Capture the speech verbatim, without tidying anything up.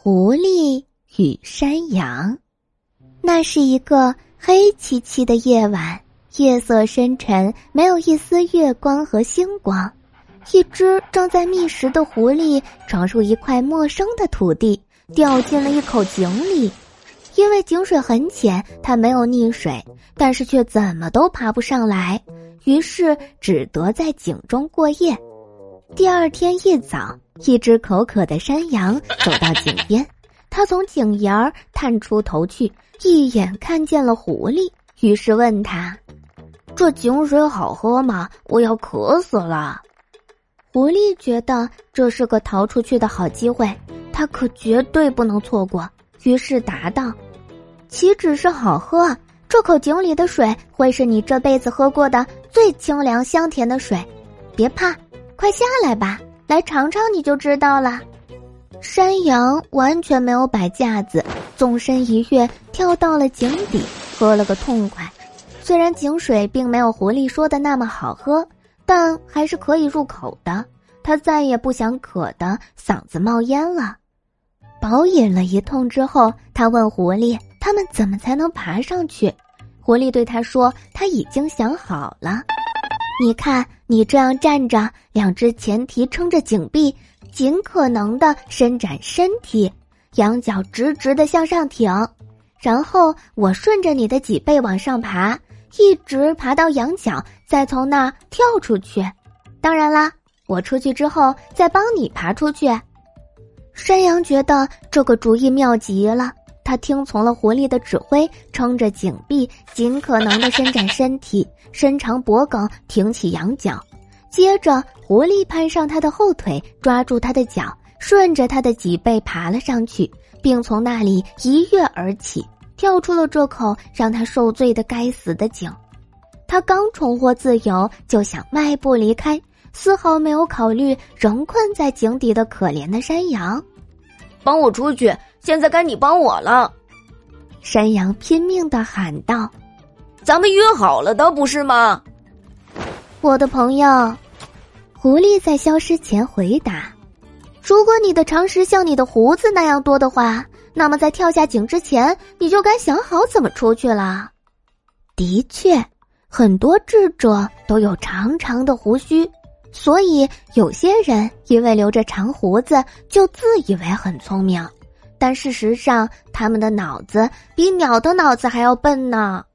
狐狸与山羊。那是一个黑漆漆的夜晚，夜色深沉，没有一丝月光和星光。一只正在觅食的狐狸闯入一块陌生的土地，掉进了一口井里。因为井水很浅，它没有溺水，但是却怎么都爬不上来，于是只得在井中过夜。第二天一早，一只口渴的山羊走到井边，它从井沿儿探出头去，一眼看见了狐狸，于是问他：这井水好喝吗？我要渴死了。狐狸觉得这是个逃出去的好机会，它可绝对不能错过，于是答道：岂止是好喝，这口井里的水会是你这辈子喝过的最清凉香甜的水。别怕，快下来吧，来尝尝你就知道了。山羊完全没有摆架子，纵身一跃跳到了井底，喝了个痛快。虽然井水并没有狐狸说的那么好喝，但还是可以入口的。他再也不想渴得嗓子冒烟了。饱饮了一通之后，他问狐狸他们怎么才能爬上去。狐狸对他说，他已经想好了。你看，你这样站着，两只前蹄撑着井壁，尽可能地伸展身体，羊角直直地向上挺，然后我顺着你的脊背往上爬，一直爬到羊角，再从那儿跳出去。当然啦，我出去之后再帮你爬出去。山羊觉得这个主意妙极了，他听从了狐狸的指挥，撑着井壁，尽可能地伸展身体，伸长脖颈，挺起羊角。接着狐狸攀上他的后腿，抓住他的脚，顺着他的脊背爬了上去，并从那里一跃而起，跳出了这口让他受罪的该死的井。他刚重获自由，就想迈步离开，丝毫没有考虑仍困在井底的可怜的山羊。 帮我出去，现在该你帮我了。 山羊拼命地喊道。 咱们约好了的不是吗？ 我的朋友，狐狸在消失前回答，如果你的常识像你的胡子那样多的话，那么在跳下井之前，你就该想好怎么出去了。的确，很多智者都有长长的胡须，所以有些人因为留着长胡子就自以为很聪明，但事实上他们的脑子比鸟的脑子还要笨呢。